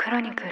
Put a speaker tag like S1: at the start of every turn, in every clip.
S1: クロニクル。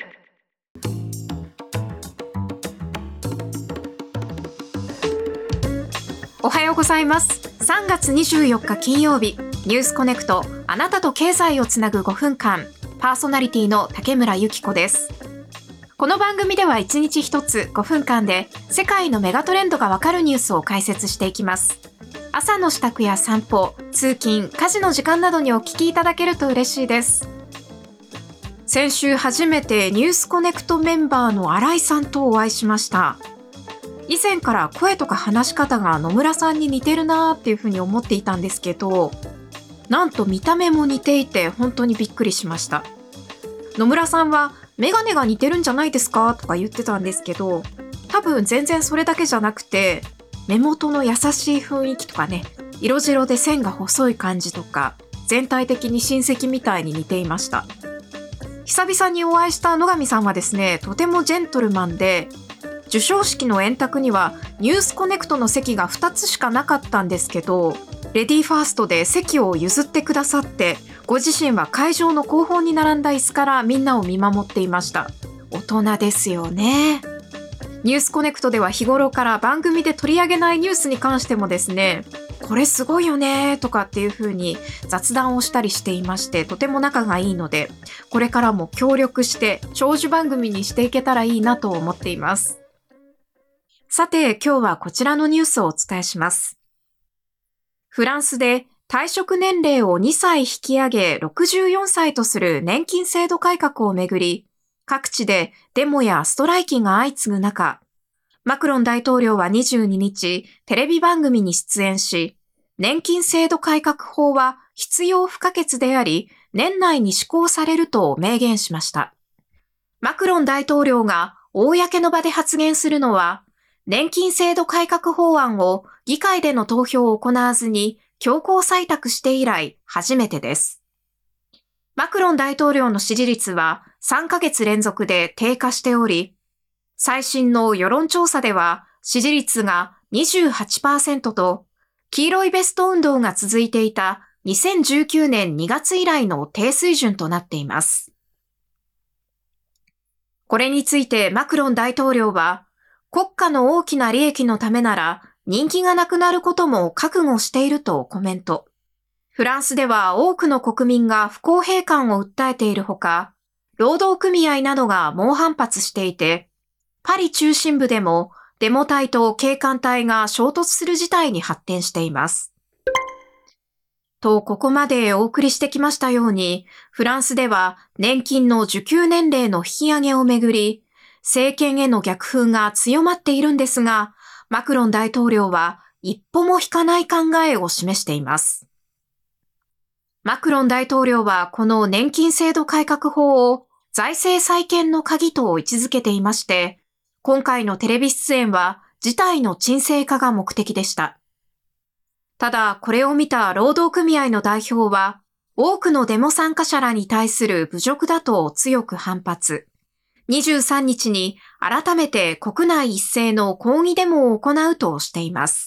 S1: おはようございます。3月24日金曜日、ニュースコネクト、あなたと経済をつなぐ5分間、パーソナリティの竹村由紀子です。この番組では1日1つ5分間で世界のメガトレンドがわかるニュースを解説していきます。朝の支度や散歩、通勤、家事の時間などにお聞きいただけると嬉しいです。先週初めてニュースコネクトメンバーの新井さんとお会いしました。以前から声とか話し方が野村さんに似てるなーっていうふうに思っていたんですけど、なんと見た目も似ていて本当にびっくりしました。野村さんはメガネが似てるんじゃないですかとか言ってたんですけど、多分全然それだけじゃなくて、目元の優しい雰囲気とかね、色白で線が細い感じとか、全体的に親戚みたいに似ていました。久々にお会いした野上さんはですね、とてもジェントルマンで、授賞式の円卓にはニュースコネクトの席が2つしかなかったんですけど、レディーファーストで席を譲ってくださって、ご自身は会場の後方に並んだ椅子からみんなを見守っていました。大人ですよね。ニュースコネクトでは日頃から番組で取り上げないニュースに関してもですね、これすごいよねとかっていう風に雑談をしたりしていまして、とても仲がいいので、これからも協力して長寿番組にしていけたらいいなと思っています。さて、今日はこちらのニュースをお伝えします。フランスで退職年齢を2歳引き上げ64歳とする年金制度改革をめぐり、各地でデモやストライキが相次ぐ中、マクロン大統領は22日、テレビ番組に出演し、年金制度改革法は必要不可欠であり、年内に施行されると明言しました。マクロン大統領が公の場で発言するのは、年金制度改革法案を議会での投票を行わずに強行採択して以来初めてです。マクロン大統領の支持率は3ヶ月連続で低下しており、最新の世論調査では支持率が 28% と、黄色いベスト運動が続いていた2019年2月以来の低水準となっています。これについてマクロン大統領は、国家の大きな利益のためなら人気がなくなることも覚悟しているとコメント。フランスでは多くの国民が不公平感を訴えているほか、労働組合などが猛反発していて、パリ中心部でもデモ隊と警官隊が衝突する事態に発展しています。と、ここまでお送りしてきましたように、フランスでは年金の受給年齢の引き上げをめぐり、政権への逆風が強まっているんですが、マクロン大統領は一歩も引かない考えを示しています。マクロン大統領はこの年金制度改革法を財政再建の鍵と位置づけていまして、今回のテレビ出演は事態の沈静化が目的でした。ただ、これを見た労働組合の代表は、多くのデモ参加者らに対する侮辱だと強く反発。23日に改めて国内一斉の抗議デモを行うとしています。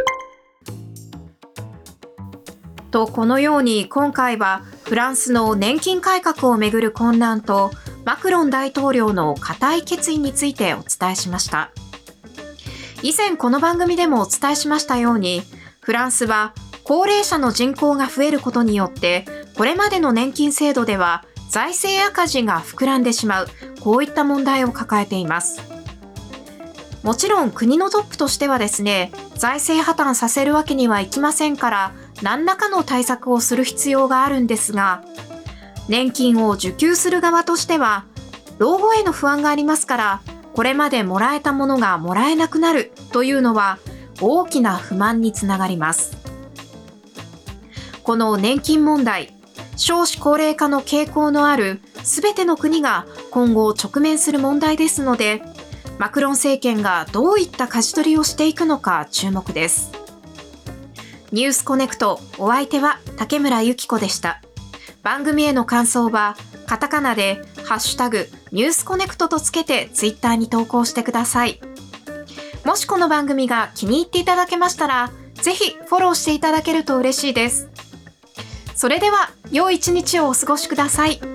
S1: と、このように今回はフランスの年金改革をめぐる混乱とマクロン大統領の固い決意についてお伝えしました。以前この番組でもお伝えしましたように、フランスは高齢者の人口が増えることによって、これまでの年金制度では財政赤字が膨らんでしまう、こういった問題を抱えています。もちろん国のトップとしてはですね、財政破綻させるわけにはいきませんから、何らかの対策をする必要があるんですが、年金を受給する側としては、老後への不安がありますから、これまでもらえたものがもらえなくなるというのは大きな不満につながります。この年金問題、少子高齢化の傾向のあるすべての国が今後直面する問題ですので、マクロン政権がどういった舵取りをしていくのか注目です。ニュースコネクト、お相手は竹村由紀子でした。番組への感想はカタカナでハッシュタグニュースコネクトとつけてツイッターに投稿してください。もしこの番組が気に入っていただけましたら、ぜひフォローしていただけると嬉しいです。それでは良い一日をお過ごしください。